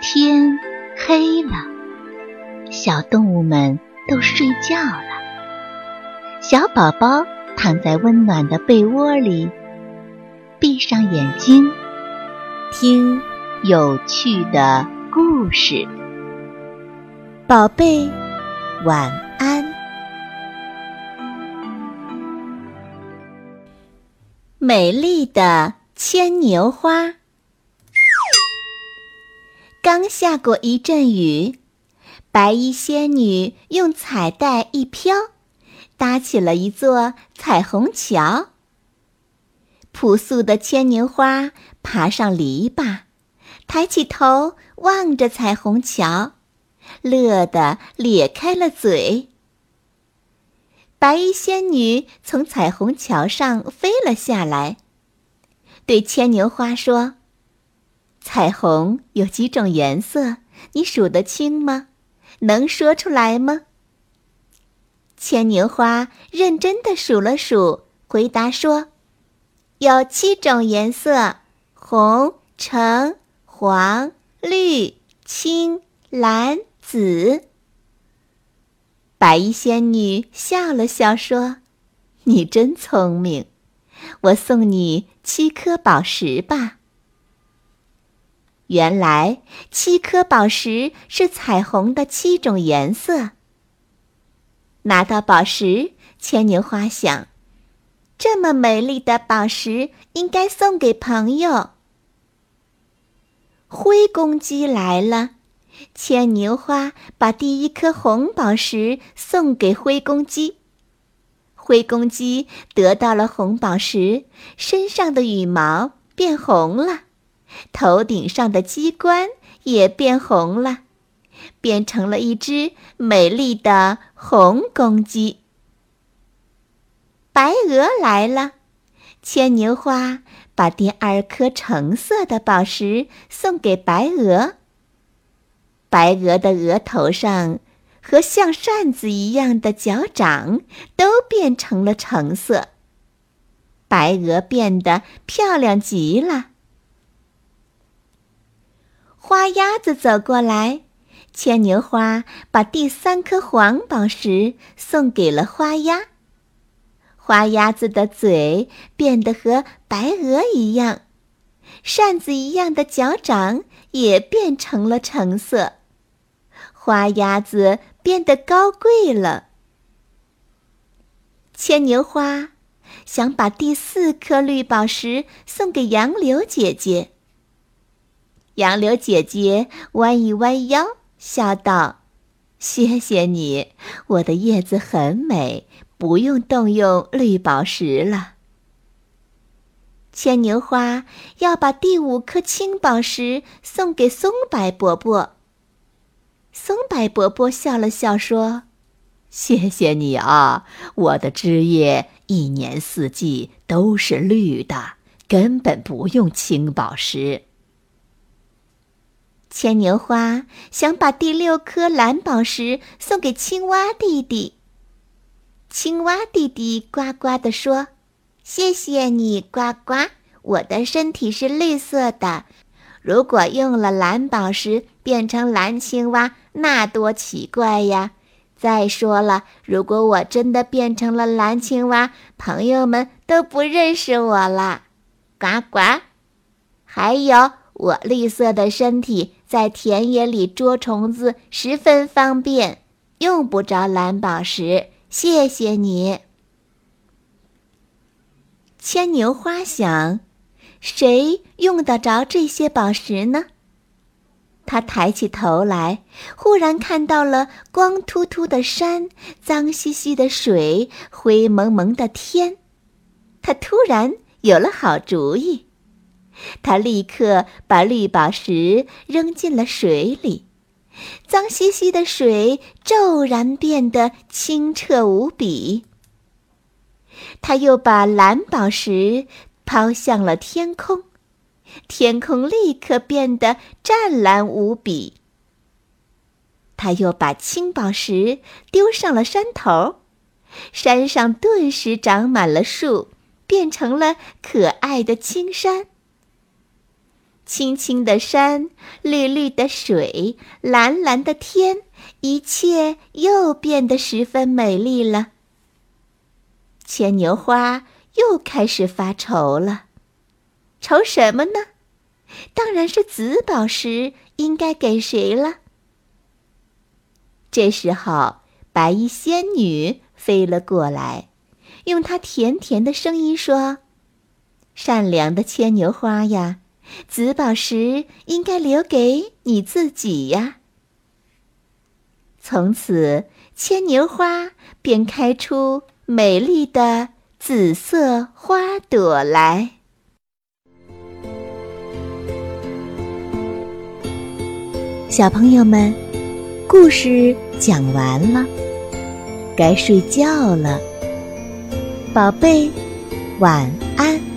天黑了，小动物们都睡觉了。小宝宝躺在温暖的被窝里，闭上眼睛，听有趣的故事。宝贝，晚安。美丽的牵牛花。刚下过一阵雨，白衣仙女用彩带一飘，搭起了一座彩虹桥。朴素的牵牛花爬上篱笆，抬起头望着彩虹桥，乐得咧开了嘴。白衣仙女从彩虹桥上飞了下来，对牵牛花说：彩虹有几种颜色，你数得清吗？能说出来吗？牵牛花认真地数了数，回答说：有7种颜色，红、橙、黄、绿、青、蓝、紫。白衣仙女笑了笑说：你真聪明，我送你7颗宝石吧。原来7颗宝石是彩虹的7种颜色。拿到宝石，牵牛花想，这么美丽的宝石应该送给朋友。灰公鸡来了，牵牛花把第1颗红宝石送给灰公鸡。灰公鸡得到了红宝石，身上的羽毛变红了，头顶上的鸡冠也变红了，变成了一只美丽的红公鸡。白鹅来了，牵牛花把第2颗橙色的宝石送给白鹅。白鹅的额头上和像扇子一样的脚掌都变成了橙色，白鹅变得漂亮极了。花鸭子走过来，牵牛花把第3颗黄宝石送给了花鸭。花鸭子的嘴变得和白鹅一样，扇子一样的脚掌也变成了橙色，花鸭子变得高贵了。牵牛花想把第4颗绿宝石送给杨柳姐姐。杨柳姐姐弯一弯腰，笑道：谢谢你，我的叶子很美，不用动用绿宝石了。牵牛花要把第5颗青宝石送给松柏伯伯。松柏伯伯笑了笑说：谢谢你啊，我的枝叶1年4季都是绿的，根本不用青宝石。牵牛花想把第6颗蓝宝石送给青蛙弟弟。青蛙弟弟呱呱地说：谢谢你，呱呱，我的身体是绿色的，如果用了蓝宝石变成蓝青蛙，那多奇怪呀！再说了，如果我真的变成了蓝青蛙，朋友们都不认识我了，呱呱。还有，我绿色的身体在田野里捉虫子十分方便，用不着蓝宝石，谢谢你。牵牛花想，谁用得着这些宝石呢？他抬起头来，忽然看到了光秃秃的山，脏兮兮的水，灰蒙蒙的天。他突然有了好主意，他立刻把绿宝石扔进了水里，脏兮兮的水骤然变得清澈无比。他又把蓝宝石抛向了天空，天空立刻变得湛蓝无比。他又把青宝石丢上了山头，山上顿时长满了树，变成了可爱的青山。 青青的山，绿绿的水，蓝蓝的天，一切又变得十分美丽了。牵牛花又开始发愁了，愁什么呢？当然是紫宝石应该给谁了。这时候，白衣仙女飞了过来，用她甜甜的声音说：“善良的牵牛花呀，紫宝石应该留给你自己呀。”从此，牵牛花便开出美丽的紫色花朵来。小朋友们，故事讲完了，该睡觉了，宝贝，晚安。